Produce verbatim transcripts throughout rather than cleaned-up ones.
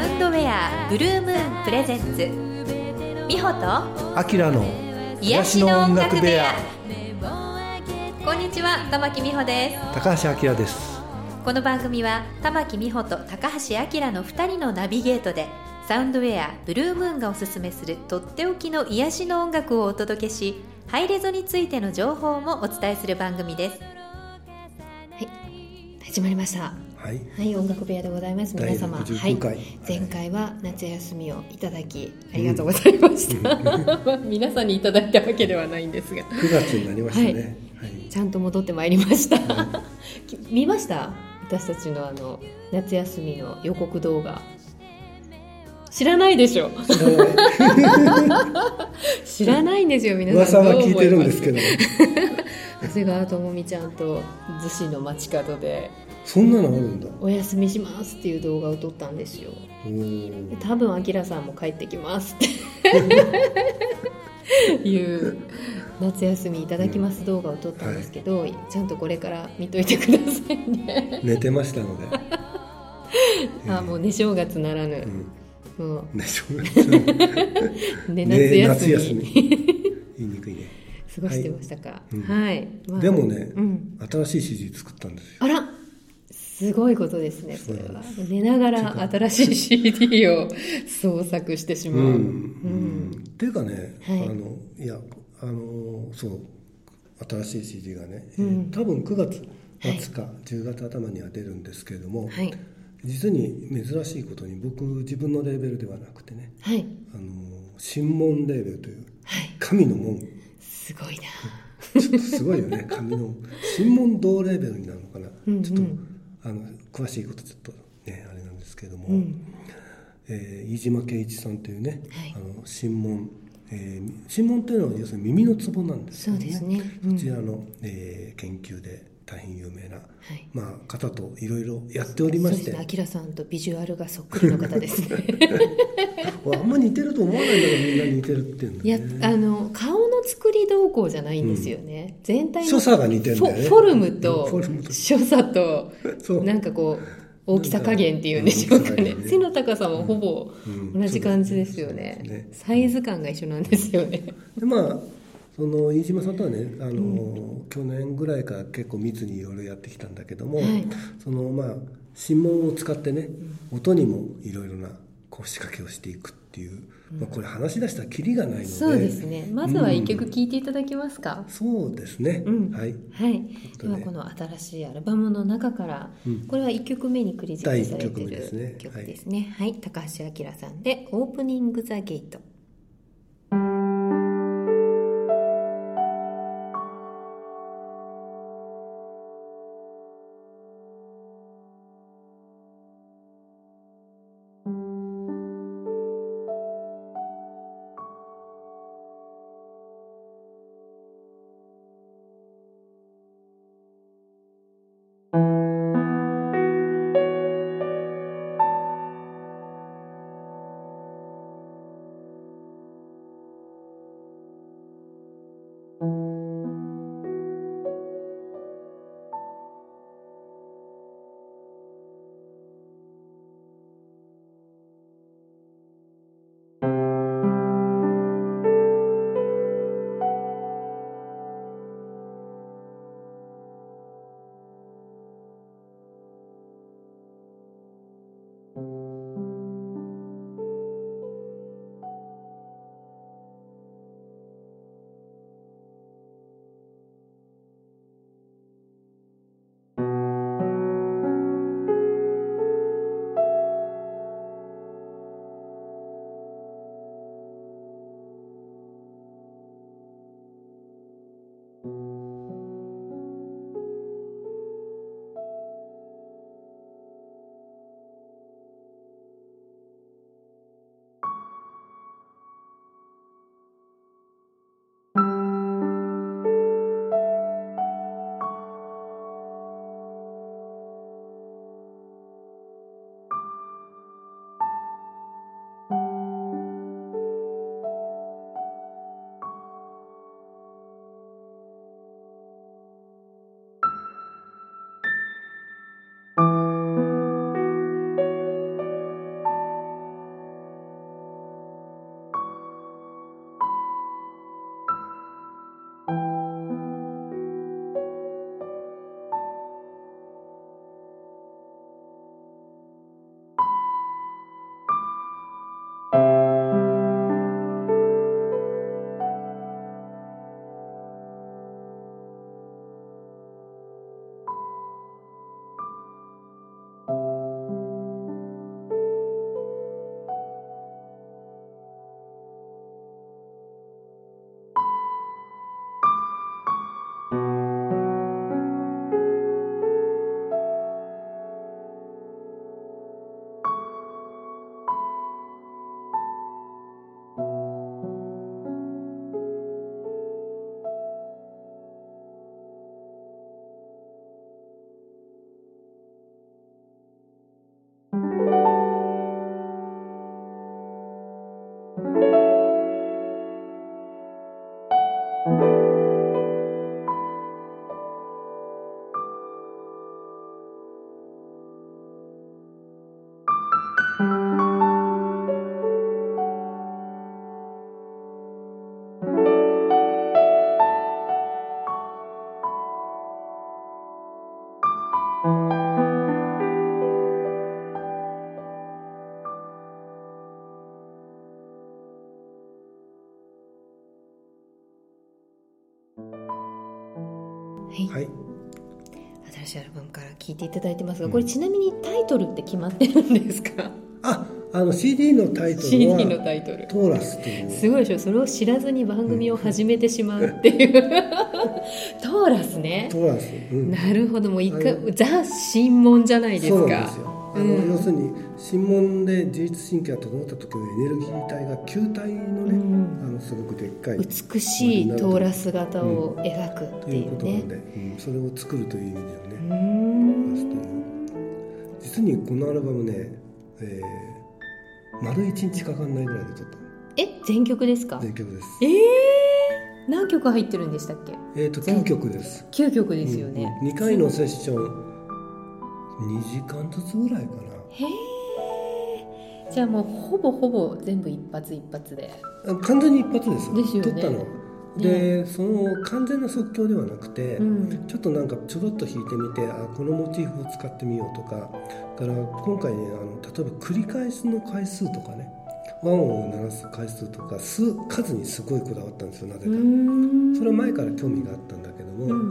ウンドウェアブルームーンプレゼンツ美穂とアキラの癒しの音楽部屋。こんにちは、玉木美穂です。 高橋明です。 この番組は玉木美穂と高橋明のふたりのナビゲートでサウンドウェアブルームーンがおすすめするとっておきの癒しの音楽をお届けし、ハイレゾについての情報もお伝えする番組です。はい、始まりました。はい、はい、音楽部屋でございます。皆様、はい、前回は夏休みをいただきありがとうございました、うん、皆さんにいただいたわけではないんですがくがつになりましたね、 はいはい、ちゃんと戻ってまいりました、はい、見ました？私たちのあの夏休みの予告動画。知らないでしょ。知らない知らないんですよ。皆さんどう思います？噂は聞いてるんですけど長谷川智美ちゃんと逗子の街角でそんなのあるんだ。 お休みしますっていう動画を撮ったんですよ。多分あきらさんも帰ってきますっていう夏休みいただきます動画を撮ったんですけど、うんはい、ちゃんとこれから見といてくださいね。 寝てましたのであもう寝正月ならぬ、うん、もう寝正月寝夏休み、 ね、夏休み言いにくいね。 過ごしてましたか？ はい、うんはいまあ、でもね、うん、新しい シーディー 作ったんですよ。 あらすごいことですね。それは寝ながら新しい シーディー を創作してしまう、うんうん、 っていうかね、はい、あのいやあのそう新しい シーディー がね、うん、多分くがつ末か、はい、じゅうがつ頭には出るんですけれども、はい、実に珍しいことに僕自分のレーベルではなくてね、はい、あの神門レーベルという、はい、神の門、すごいなちょっとすごいよね神の神門同レーベルになるのかな、うんうん、ちょっとあの詳しいことちょっとねあれなんですけれども、うんえー、飯島圭一さんというね、はい、あの神門、えー、神門というのは要するに耳のツボなんですよね。そうですね、うん、そちらの、えー、研究で大変有名な、はいまあ、方といろいろやっておりまして、そうですね、アキラさんとビジュアルがそっくりの方ですねあんま似てると思わないんだけどみんな似てるっていうの、ね、 いやあの顔の作り動向じゃないんですよね、うん、全体の所作が似てるんだよね。 フォルムと所作となんかこう大きさ加減っていうんでしょうかね、背の高さもほぼ同じ感じですよね、うんうんね、サイズ感が一緒なんですよね。 でまあその飯島さんとはねあの、うん、去年ぐらいから結構密にいろいろやってきたんだけども、はい、そのまあ神門を使ってね、うん、音にもいろいろなこう仕掛けをしていくっていう、まあ、これ話し出したらキリがないので、 そうですね、まずは一曲聴いていただけますか？ うん、そうですね、うん、はい、 はい、ではこの新しいアルバムの中から、うん、これはいっきょくめにクレジットされている曲ですね、はい、高橋明さんでオープニングザゲート。 聞いていただいてますが、これちなみにタイトルって決まってるんですか？ あ、あの シーディー のタイトルはシーディー のタイトルトーラスという。 すごいでしょ。それを知らずに番組を始めてしまうっていう、うん、トーラスね。 トーラス、うん、 なるほど。もういかザ・神門じゃないですか。 そうなんですよ。あの、うん、要するに神門で自律神経が整った時のエネルギー体が球体のね、うん、あのすごくでっかい美しいトーラス型を描くっていうね、うん、ということなんで、うん、 それを作るという意味ではね、うん、実にこのアルバムね、えー、丸一日かかんないぐらいで撮った。 え、全曲ですか？ 全曲です。 えー、何曲入ってるんでしたっけ？ えーときゅうきょくです。 きゅうきょくですよね、 うん、にかいのセッションにじかんずつぐらいかな。 へー、じゃあもうほぼほぼ全部一発一発で。 完全に一発ですよ。 ですよね。 撮ったので、その完全な即興ではなくて、うん、ちょっとなんかちょろっと弾いてみて、あ、このモチーフを使ってみようとか、だから今回ね、あの例えば繰り返しの回数とかね、和音を鳴らす回数とか数数にすごいこだわったんですよ。なぜかそれは前から興味があったんだけども、うんうん、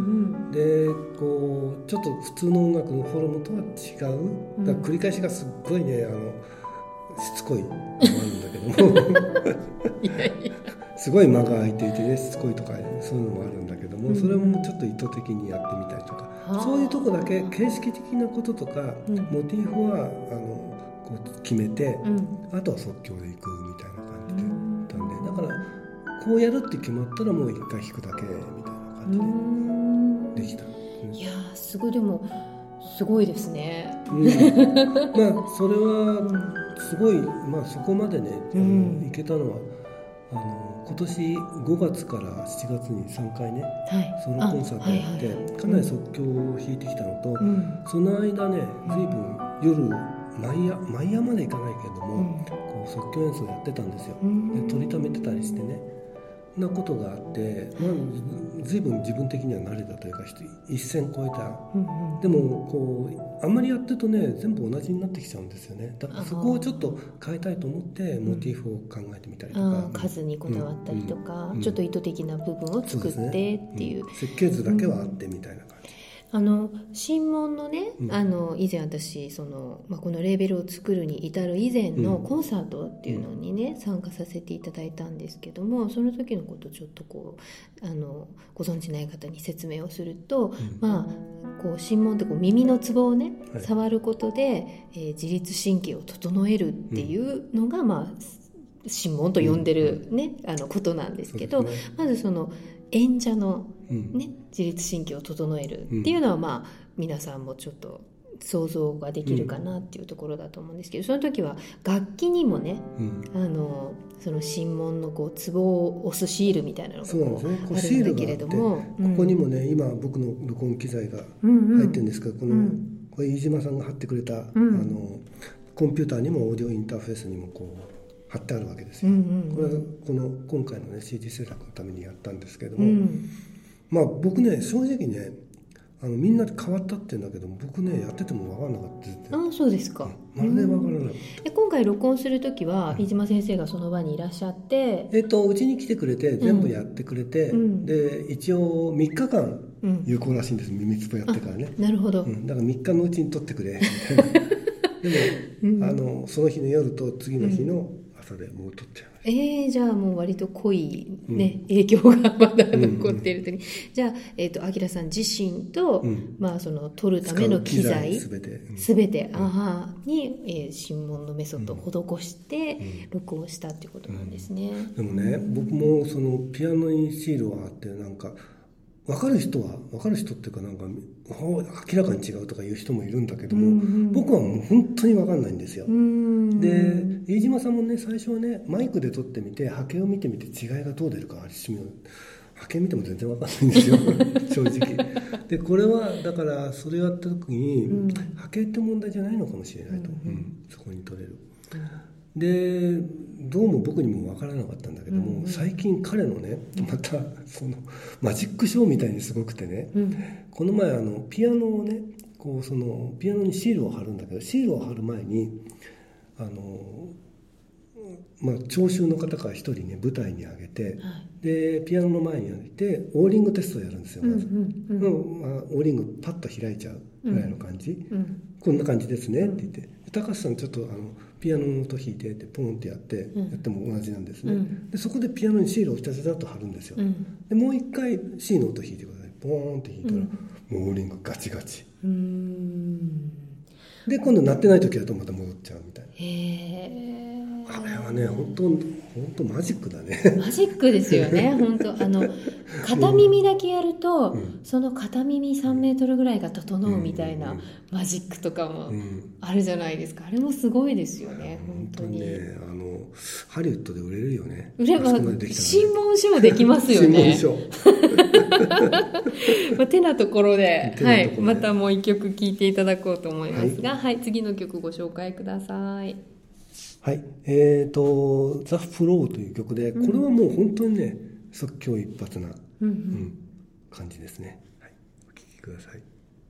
でこうちょっと普通の音楽のフォルムとは違う、だから繰り返しがすっごいね、あのしつこいのもあるんだけどもいやいやすごい間が空いていてね、しつこいとかそういうのもあるんだけども、それもちょっと意図的にやってみたりとか、うん、そういうとこだけ形式的なこととか、うん、モチーフはあのこう決めて、うん、あとは即興でいくみたいな感じでやったんで、だからこうやるって決まったらもう一回弾くだけみたいな感じでできた、うん、いやーすごい、でもすごいですね、 うん、まあそれはすごい、まあそこまでね、あのいけたのはあの今年ごがつからしちがつにさんかいね、はい、ソロコンサートやって、はいはいはい、かなり即興を弾いてきたのと、うん、その間ね随分夜毎夜毎夜までいかないけれども、うん、こう即興演奏やってたんですよ、うん、で取りためてたりしてね、なことがあって、まあ、随分自分的には慣れたというか一線超えた、うんうん、でもこうあんまりやってるとね全部同じになってきちゃうんですよね。だからそこをちょっと変えたいと思ってモチーフを考えてみたりとか、うん、 数にこだわったりとか、うん、ちょっと意図的な部分を作ってっていう、 うん、設計図だけはあってみたいな感じ、 あの神門のね、うん、あの以前私その、まあ、このレーベルを作るに至る以前のコンサートっていうのにね、うん、参加させていただいたんですけども、その時のことをちょっとこうあのご存じない方に説明をすると、うん、まあこう神門ってこう耳のツボをね、はい、触ることで、えー、自律神経を整えるっていうのが、うん、まあ神門と呼んでる、ね、うん、あのことなんですけど、ね、まずその演者の、ね、うん、自律神経を整えるっていうのは、まあ皆さんもちょっと想像ができるかなっていうところだと思うんですけど、その時は楽器にもね、うん、あのその神門のこうツボを押すシールみたいなのがこうあるんだけれども、 ここにもね今僕の録音機材が入ってるんですけど、うんうん、このこれ飯島さんが貼ってくれた、うん、あのコンピューターにもオーディオインターフェースにもこう貼ってあるわけですよ、うんうんうん、これはこの今回の、ね、シーディー 制作のためにやったんですけども、うん、まあ僕ね正直ねあのみんなで変わったって言うんだけど僕ねやってても分からなかった。 ああそうですか、 うん、まるで分からない。 え今回録音する時は飯島先生がその場にいらっしゃって、 えっとうちに来てくれて全部やってくれて、うん、で一応みっかかん有効らしいんです、うん、耳つぼやってからね。 なるほど、 うん、だからみっかのうちに撮ってくれみたいなでも、うん、あのその日の夜と次の日の朝でもう撮っちゃう。 えー、じゃあもう割と濃い、ね、うん、影響がまだ残っているときに、うんうん、じゃあ、えーと、明さん自身と、うん、まあ、その撮るための機材すべて、うん、全て、うん、あはに、えー、神門のメソッドを施して録音したっていうことなんですね、うんうん、でもね僕もそのピアノにシールを貼ってなんか分かる人は分かる人っていうかなんか明らかに違うとかいう人もいるんだけども、うんうん、僕はもう本当に分かんないんですよ、うん、で飯島さんもね最初はねマイクで撮ってみて波形を見てみて違いがどう出るか波形見ても全然分かんないんですよ正直でこれはだからそれをやった時に、うん、波形って問題じゃないのかもしれないと、うんうん、そこに撮れる、うん、でどうも僕にも分からなかったんだけども、うんうん、最近彼のねまたそのマジックショーみたいにすごくてね、うん、この前あのピアノをねこうそのピアノにシールを貼るんだけどシールを貼る前にあのまあ、聴衆の方から一人ね舞台に上げて、はい、でピアノの前に上げてオーリングテストをやるんですよ、まず、うんうんうんまあ、オーリングパッと開いちゃうぐらいの感じ、うんうん、こんな感じですねって言って、高橋さんちょっとあのピアノの音弾いてってポンってやって、うん、やっても同じなんですね、うん、でそこでピアノにシールをひたすらと貼るんですよ、うん、でもう一回 C の音弾いてください、ポーンって弾いたら、うん、もうオーリングガチガチ、うーんで今度鳴ってない時だとまた戻っちゃうみたいな。へー、あれはね本当本当マジックだね。 マジックですよね。本当あの片耳だけやると、うん、その片耳さんメートルぐらいが整うみたいなマジックとかもあるじゃないですか。あれもすごいですよね。本当に。ね、 あのハリウッドで売れるよね。 売れば新聞紙もできますよね。新聞まあ、てなところで、はい、またもう一曲聴いていただこうと思いますが、はいはい、次の曲ご紹介ください。 はい、えーと「ザ・フロー」という曲で、これはもう本当にね即興一発な、うんうん、感じですね、はい、お聴きください。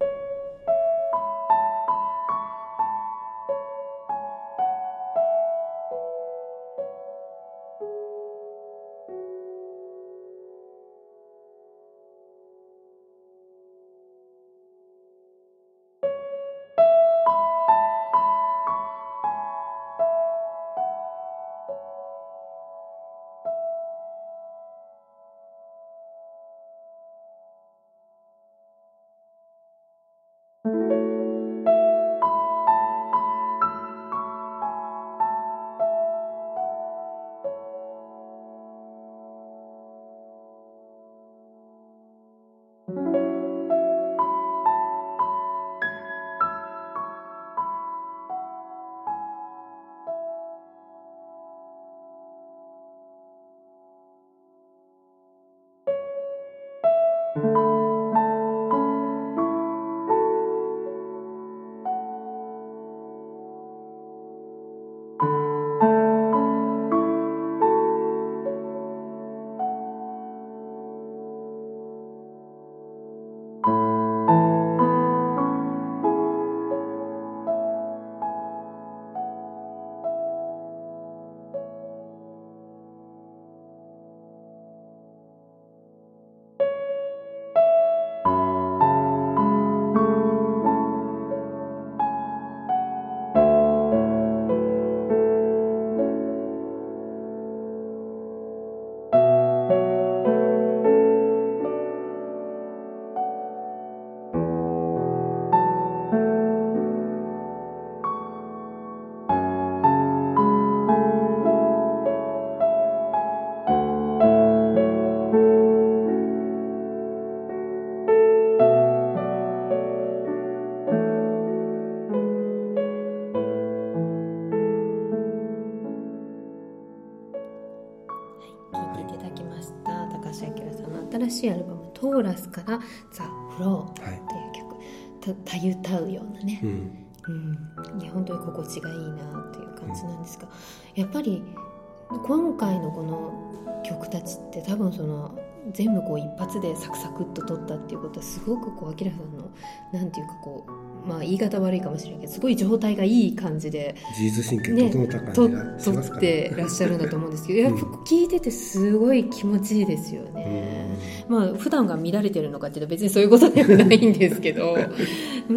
新しいアルバムトーラスからザ・フローという曲、はい、たたゆたうようなね、うんうん、いや本当に心地がいいなっていう感じなんですが、うん、やっぱり今回のこの曲たちって多分その全部こう一発でサクサクっと撮ったっていうことはすごくこうアキラさんのなんていうかこう、まあ、言い方悪いかもしれないけどすごい状態がいい感じで自律神経整った感じがしますからね、 ね、撮ってらっしゃるんだと思うんですけどやっぱ聞いててすごい気持ちいいですよね、うん、まあ普段が乱れてるのかっていうと別にそういうことではないんですけどうん、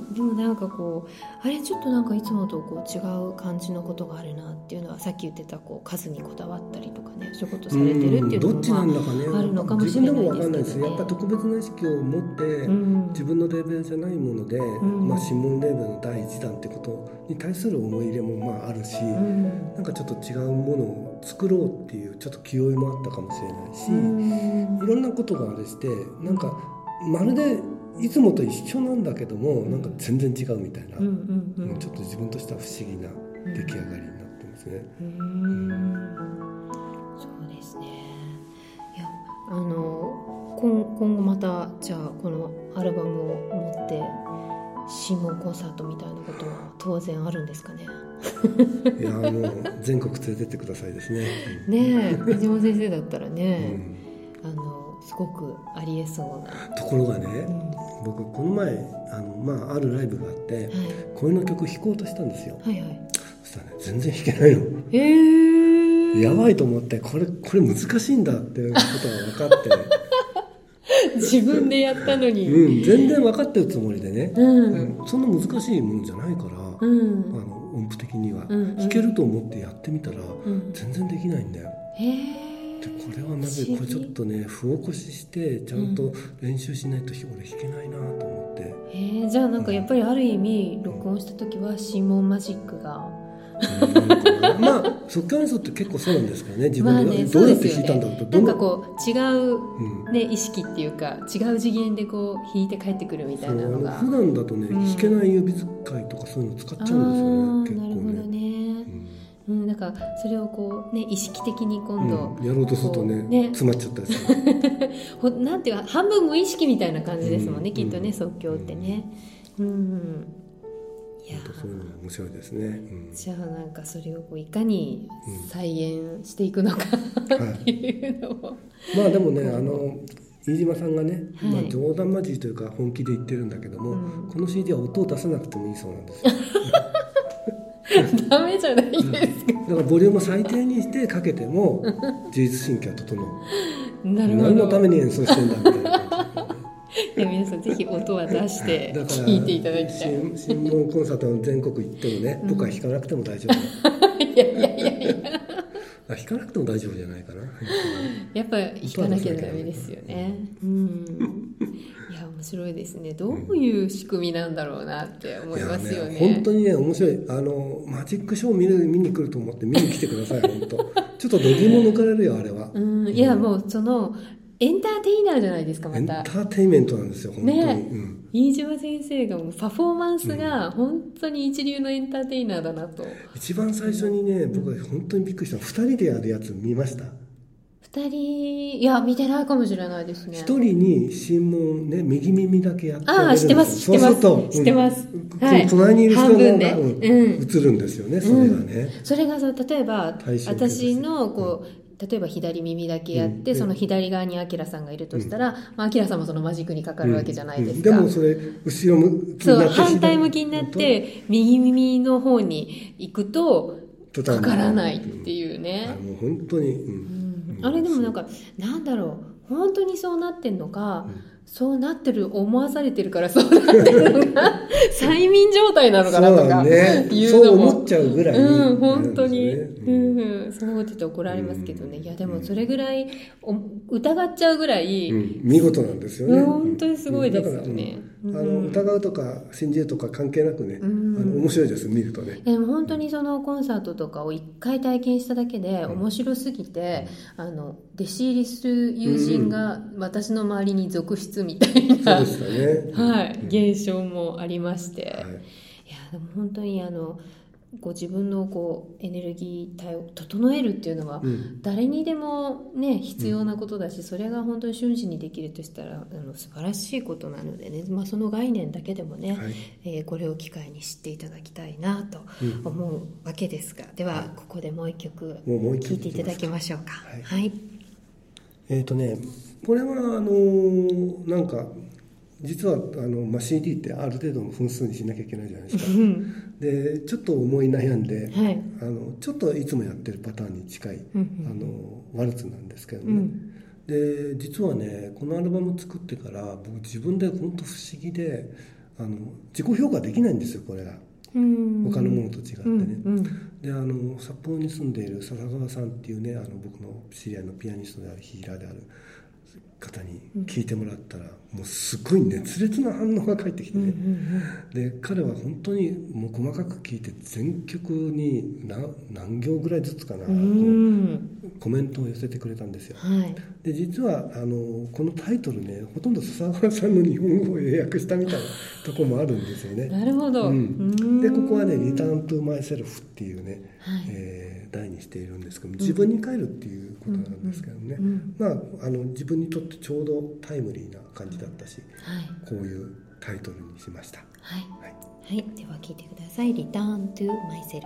でもなんかこうあれちょっとなんかいつもとこう違う感じのことがあるなっていうのはさっき言ってたこう数にこだわったりとかねそういうことされてるっていうのも、まあ、あるのかもしれないですけどね。自分でも分かんないです。やっぱ特別な意識を持って、うん、自分のレーベルじゃないもので、うんまあ、シモンレーベルのだいいちだんってことに対する思い入れもまああるし、うん、なんかちょっと違うものを作ろうっていうちょっと気負いもあったかもしれないし、うん、いろんなことがあれしてなんかまるでいつもと一緒なんだけどもなんか全然違うみたいな、うんうんうん、ちょっと自分としては不思議な出来上がりになってますね、うんうん、 そうですね。いやあの 今, 今後またじゃあこのアルバムを持ってシモンコンサートみたいなことは当然あるんですかね。 いやもう全国連れてってくださいですね。 ねえ藤本先生だったらね、うん、あのすごくありえそうなところがね、うん、僕この前あの、まあ、あるライブがあって、はい、こういうの曲弾こうとしたんですよ、はいはい、そしたらね全然弾けないの。へーやばいと思って、これこれ難しいんだっていうことが分かって自分でやったのに、 うん、全然分かってるつもりでね、 うんうん、そんな難しいものじゃないから、 うん、 あの音符的には、 うんうん、 弾けると思ってやってみたら、 うん、 全然できないんだよ。 へー、 でこれはなぜこれちょっとね譜を起こししてちゃんと練習しないと俺弾けないなと思って、 へー、じゃあなんかやっぱりある意味録音した時はシモンマジックが、 うん、まあ即興演奏って結構そうなんですからね、自分でどうやって弾いたんだろうと、 なんかこう違う、ね、意識っていうか違う次元でこう弾いて帰ってくるみたいなのが、 普段だとね、うん、弾けない指使いとかそういうの使っちゃうんですよね、結構ね。 なるほどね、うん、なんかそれをこうね意識的に今度、 うん、やろうとすると ね, ね詰まっちゃったりするなんていうか半分無意識みたいな感じですもんね、うん、きっとね、即興ってね、うん、うん、いやそういうの面白いですね、うん、 じゃあなんかそれをこういかに再現していくのか、うん、っていうのを、はい、 まあでもねあの飯島さんがね、はい、まあ、冗談交じりというか本気で言ってるんだけども、うん、この シーディー は音を出さなくてもいいそうなんですよダメじゃないですか、うん、だからボリュームを最低にしてかけても自律神経は整うなるほど、 何のために演奏してんだみたいな感じいや皆さんぜひ音は出して聴いていただきたい。 新聞コンサートの全国行ってもね、うん、僕は弾かなくても大丈夫いやいやいやいや弾かなくても大丈夫じゃないかなやっぱ弾かなきゃダメですよね、うん、いや面白いですね。どういう仕組みなんだろうなって思いますよね、 ね、本当にね面白い。あのマジックショー見る見に来ると思って見に来てください本当ちょっと度肝抜かれるよあれは、うん、 いやもうそのエンターテイナーじゃないですか。またエンターテイメントなんですよ本当に、ね、うん、 飯島先生がもうパフォーマンスが本当に一流のエンターテイナーだなと、うん、 一番最初にね僕は本当にびっくりしたの、ふたりでやるやつ見ました？ ふたりいや見てないかもしれないですね。 ひとりに心門ね右耳だけやってあげるんですよ。 ああ知ってます知ってますそう知ってます、 うん、はい、隣にいる人の方が、うん、映るんですよね、それがね、 うん、それがそう例えば私のこう、うん、例えば左耳だけやって、うん、その左側にアキラさんがいるとしたら、うんまあ、アキラさんもそのマジックにかかるわけじゃないですか、 うんうん、でもそれ後ろ向きになってそう反対向きになって右耳の方に行くとかからないっていうね、 うん、あもう本当に、 うんうん、あれでもなんかなんだろう本当にそうなってんのか、うんそうなってる思わされてるからそうなってるのが催眠状態なのかなとかいうのもそう思っちゃうぐらい、 うん本当に、うんうん、そんなこと言って怒られますけどね、うん、いやでもそれぐらい疑っちゃうぐらい、 うん、見事なんですよね、 本当にすごいですよね、 うん、だから、うん、あの疑うとか信じるとか関係なくね、うん、あの面白いです見るとね。 でも本当にそのコンサートとかを一回体験しただけで面白すぎて、うん、あの弟子入りする友人が私の周りに続出みたいな、 そうでしたね、 はい、現象もありまして、はい、いやでも本当にあのこう自分のこうエネルギー体を整えるっていうのは誰にでも、ね、必要なことだし、うん、それが本当に瞬時にできるとしたらあの素晴らしいことなのでね、まあ、その概念だけでもね、はいえー、これを機会に知っていただきたいなと思うわけですが、うん、ではここでもう一曲聴いていただきましょうか。はい、はい、 えーとねこれはあのー、なんか実はあの、まあ、シーディー ってある程度の分数にしなきゃいけないじゃないですかでちょっと思い悩んで、はい、あのちょっといつもやってるパターンに近い、うん、あのワルツなんですけどね、うん、で実はねこのアルバム作ってから僕自分で本当不思議であの自己評価できないんですよこれが、うん、他のものと違ってね、うん、であの札幌に住んでいる笹川さんっていうねあの僕の知り合いのピアニストであるヒーラーである方に聞いてもらったら、もうすごい熱烈な反応が返ってきてね、うんうんうん、で彼は本当にもう細かく聞いて全曲に 何, 何行ぐらいずつかな、うん、コメントを寄せてくれたんですよ、はい、で実はあのこのタイトルねほとんど笹川さんの日本語を英訳したみたいなところもあるんですよね。 なるほど、うん、 でここはねリターントゥマイセルフっていうね、はいえー、題にしているんですけど自分に帰るっていうことなんですけどね、うんうんうん、まああの自分にとってちょうどタイムリーな感じだったし、はい、こういうタイトルにしました。 はい、はいはい、では聞いてください。 Return to Myself。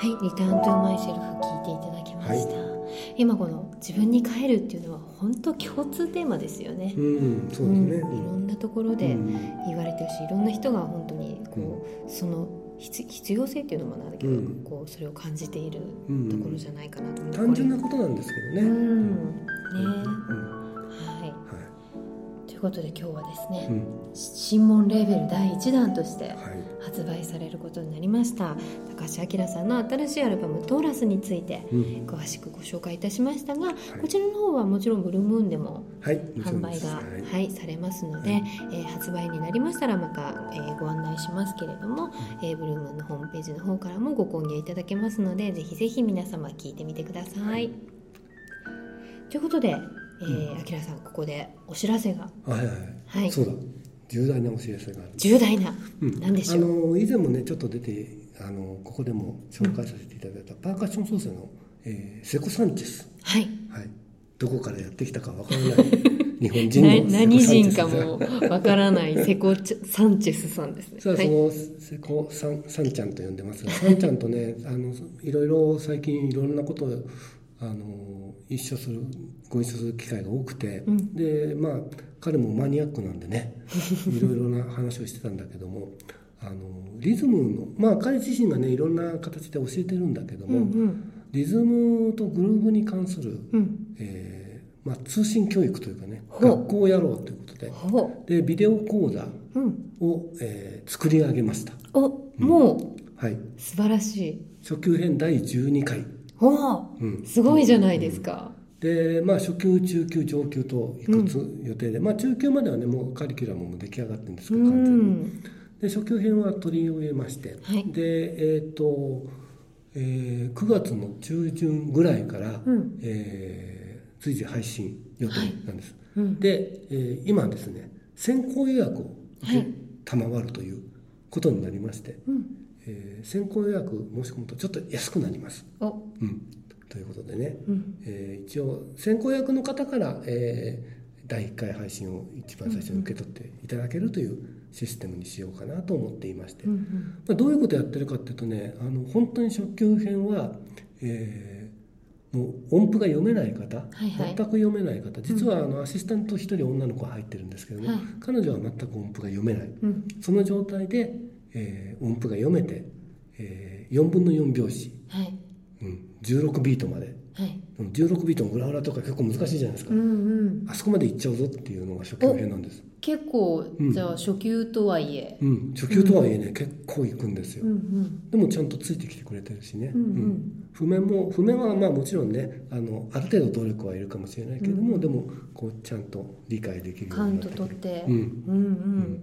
はい、リターントゥマイセルフ聞いていただきました、はい、今この自分に帰るっていうのは本当共通テーマですよね。 うん、そうですね、 うん、いろんなところで言われてるし、いろんな人が本当にこう、うん、その必, 必要性っていうのもなんだけど、うん、こうそれを感じているところじゃないかなと思う、 うん、単純なことなんですけどね、 うんね、うんはい、はい、ということで今日はですね、うん、新門レーベルだいいちだんとして発売されることになりました、はい、高橋明さんの新しいアルバムトーラスについて詳しくご紹介いたしましたが、うん、こちらの方はもちろんブルームーンでも販売が、はいはい、されますので、はいえー、発売になりましたらまた、えー、ご案内しますけれども、うんえー、ブルームーンのホームページの方からもご購入いただけますので、ぜひぜひ皆様聞いてみてください、はい、ということでえー、あきらさんここでお知らせが、 はいはいはい、はい、そうだ、重大なお知らせがある。 重大な、うん、何でしょう。 あの以前もねちょっと出てあのここでも紹介させていただいた、うん、パーカッション奏者の、えー、セコ・サンチェス、 はい、 はい、どこからやってきたかわからない日本人の何人かもわからないセコ・サンチェスさんですね。 さあ、はい、そのセコサン・サンちゃんと呼んでますが、サンちゃんとねあのいろいろ最近いろんなことをあの一緒するご一緒する機会が多くて、うん、でまあ彼もマニアックなんでねいろいろな話をしてたんだけどもあのリズムのまあ彼自身がねいろんな形で教えてるんだけども、うんうん、リズムとグルーブに関する、うんえーまあ、通信教育というかね学校をやろうということででビデオ講座を、うんえー、作り上げました。 お、うん、もう、はい、素晴らしい。 初級編だいじゅうにかい、 お、うん、すごいじゃないですか、 うん、でまあ初級中級上級といくつ予定で、うんまあ、中級まではねもうカリキュラムも出来上がってるんですけど完全に、うん、で初級編は取り終えまして、はい、でえっ、ー、と、えー、くがつの中旬ぐらいから、うんえー、随時配信予定なんです、はいうん、で、えー、今ですね先行予約を賜るということになりまして、うんえー、先行予約申し込むとちょっと安くなります。お、うん、ということでね、うんえー、一応先行予約の方から、えー、だいいっかい配信を一番最初に受け取っていただけるというシステムにしようかなと思っていまして、うんうんまあ、どういうことをやってるかっていうとねあの本当に初級編は、えー、もう音符が読めない方、はいはい、全く読めない方実はあのアシスタントひとり女の子が入ってるんですけどね、はい、彼女は全く音符が読めない、うん、その状態でえー、音符が読めて、えー、よんぶんのよん拍子、はいうん、じゅうろくビートまで、はい、じゅうろくビートの裏裏とか結構難しいじゃないですか、うんうん、あそこまでいっちゃうぞっていうのが初級編なんです。 結構、うん、じゃあ初級とはいえ、 うん、初級とはいえね、うん、結構いくんですよ、うんうん、でもちゃんとついてきてくれてるしね、うんうんうん、譜面も譜面はまあもちろんね あのある程度努力はいるかもしれないけども、うん、でもこうちゃんと理解できるようになってくるカウント取って、 うんうんうん、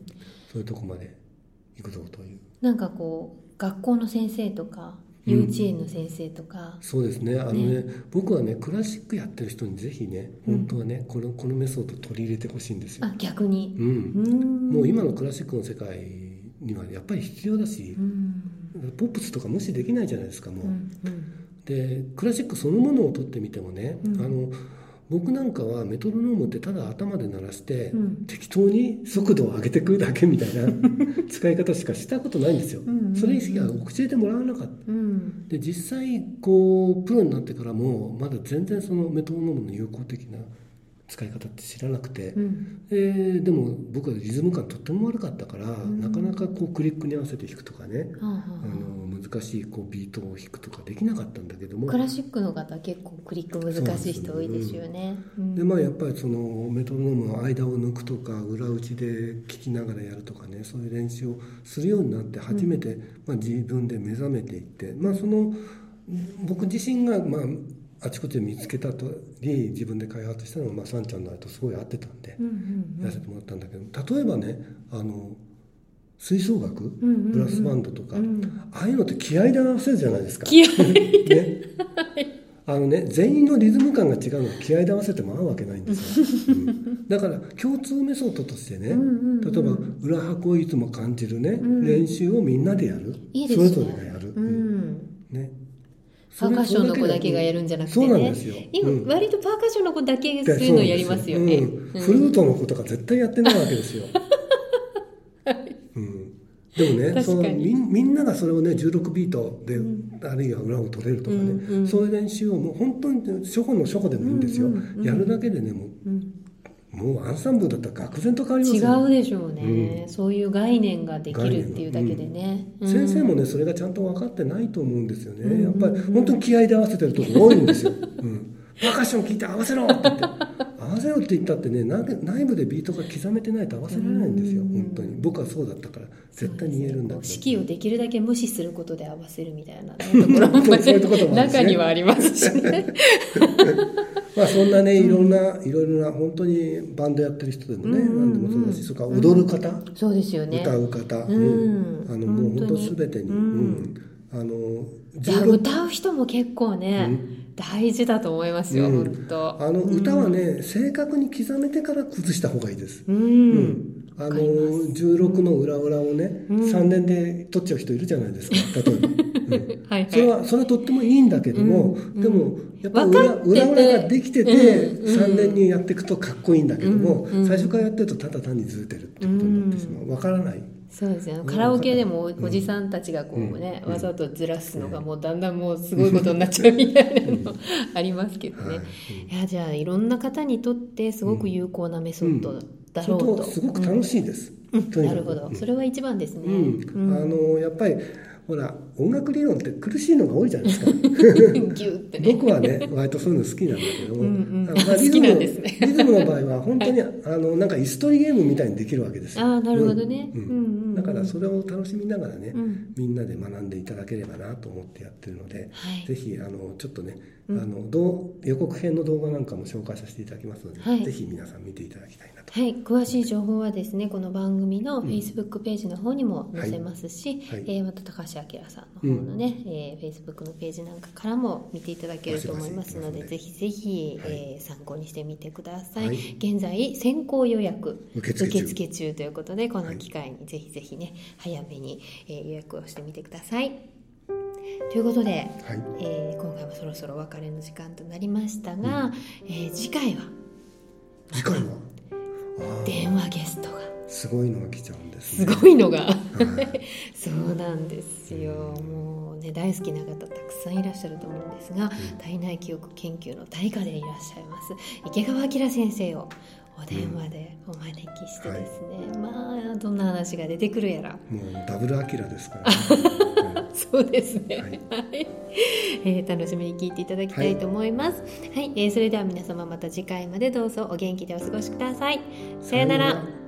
そういうとこまで行くぞというなんかこう学校の先生とか幼稚園の先生とか、 うん、そうですねあのね、ね僕はねクラシックやってる人にぜひね本当はね、うん、このこのメソッド取り入れてほしいんですよ。 あ逆に、 うん、うんもう今のクラシックの世界にはやっぱり必要だし、うん、ポップスとか無視できないじゃないですかもう、うんうん、でクラシックそのものを取ってみてもね、うん、あの僕なんかはメトロノームってただ頭で鳴らして、うん、適当に速度を上げてくるだけみたいな使い方しかしたことないんですよ。うんうんうん、それ以外は教えてもらわなかった、うん、で実際こうプロになってからもまだ全然そのメトロノームの有効的な使い方って知らなくて、うん、で, でも僕はリズム感とっても悪かったから、うん、なかなかこうクリックに合わせて弾くとかね、うん、あの難しいこうビートを弾くとかできなかったんだけどもクラシックの方結構クリック難しい人多いですよね。 で、うん、でまあやっぱりそのメトロノームの間を抜くとか裏打ちで聴きながらやるとかねそういう練習をするようになって初めて、うんまあ、自分で目覚めていって、まあ、その僕自身がまああちこちで見つけたとり自分で開発したのが、まあ、サンちゃんのあれとすごい合ってたんで、うんうんうん、やらせてもらったんだけど例えばねあの吹奏楽、うんうんうん、ブラスバンドとか、うん、ああいうのって気合で合わせるじゃないですか気合で、 ね、あのね全員のリズム感が違うのは気合で合わせても合うわけないんですよ、うん、だから共通メソッドとしてね、うんうんうん、例えば裏拍をいつも感じるね、うん、練習をみんなでやるいいですねそれぞれがやる、うんねパーカッションの子だけがやるんじゃなくてね。 そうなんですよ。 今、うん、割とパーカッションの子だけそういうのやりますよね。 うん、フルートの子とか絶対やってないわけですよ。はいうん、 でもね、その み, みんながそれをねじゅうろくビートで、うん、あるいは裏を取れるとかね、うんうん、そういう練習をもう本当に初歩の初歩でもいいんですよ、うんうんうん、やるだけでねもう、うんもうアンサンブルだったら愕然と変わりますよ。 違うでしょうね、うん、そういう概念ができるっていうだけでね、 うん、先生もねそれがちゃんと分かってないと思うんですよね、うんうんうん、やっぱり本当に気合で合わせてるところ多いんですよ、うん、パーカッション聞いて合わせろって言って合わせろって言ったってね内部でビートが刻めてないと合わせられないんですよ、うんうん、本当に僕はそうだったから絶対に言えるんだけど、 指揮をできるだけ無視することで合わせるみたいな、ね、ところも、ね、中にはありますしねまあそんなねいろんな、うん、いろいろな本当にバンドやってる人でもね、うんうんうん、何でもそうだし、それから踊る方、うん、 そうですよね、 歌う方、うん、あのもう本当全てに、うん、あのじゃあ歌う人も結構ね、うん、大事だと思いますよ、うん、本当あの歌はね、うん、正確に刻めてから崩した方がいいです、 うんうんあのじゅうろくの裏裏をね、うん、さんねんで取っちゃう人いるじゃないですか、例えば、うんはい、はい、それはそれはとってもいいんだけども、うん、でもやっぱり 裏, 裏裏ができてて、うん、さんねんにやっていくとかっこいいんだけども、うん、最初からやってるとただ単にずれてるってことになってしまう、分からない。 そうですね、カラオケでもおじさんたちがこうね、うん、わざとずらすのがもうだんだんもうすごいことになっちゃうみたいなのありますけどね、いやじゃあいろんな方にとってすごく有効なメソッドだろうと、うん、 すごく楽しいです、 うん、なるほど、うん、それは一番ですね、 うんうん、あのやっぱりほら音楽理論って苦しいのが多いじゃないですかギュって、ね、 僕はね割とそういうの好きなんだけども、うん、うんまあ、リズム好きなんですねリズムの場合は本当にあのなんか椅子取りゲームみたいにできるわけですよ。 あなるほどね、 うんうんうん、だからそれを楽しみながらね、うん、みんなで学んでいただければなと思ってやってるので、はい、ぜひあのちょっとね、うん、あのどう予告編の動画なんかも紹介させていただきますので、はい、ぜひ皆さん見ていただきたいなと。 はい、詳しい情報はですねこの番組の Facebook ページの方にも載せますし、うんはいえー、また高橋明さんの方のね、うんえー、Facebook のページなんかからも見ていただけると思いますので、ぜひぜひ、はいえー、参考にしてみてください、はい、現在先行予約受付 中, 受付中ということでこの機会にぜひぜひね早めに、えー、予約をしてみてくださいということで、はいえー、今回もそろそろお別れの時間となりましたが、うんえー、次回は次回は電話ゲストがすごいのが来ちゃうんですね。すごいのがそうなんですよ、もうね大好きな方たくさんいらっしゃると思うんですが、うん、体内記憶研究の大家でいらっしゃいます池川明先生をお電話でお招きしてですね、うんはい、まあどんな話が出てくるやら、 もうダブルアキラですからねそうですね、はいえー、楽しみに聞いていただきたいと思います、はいはいえー、それでは皆様また次回までどうぞお元気でお過ごしください。さよなら。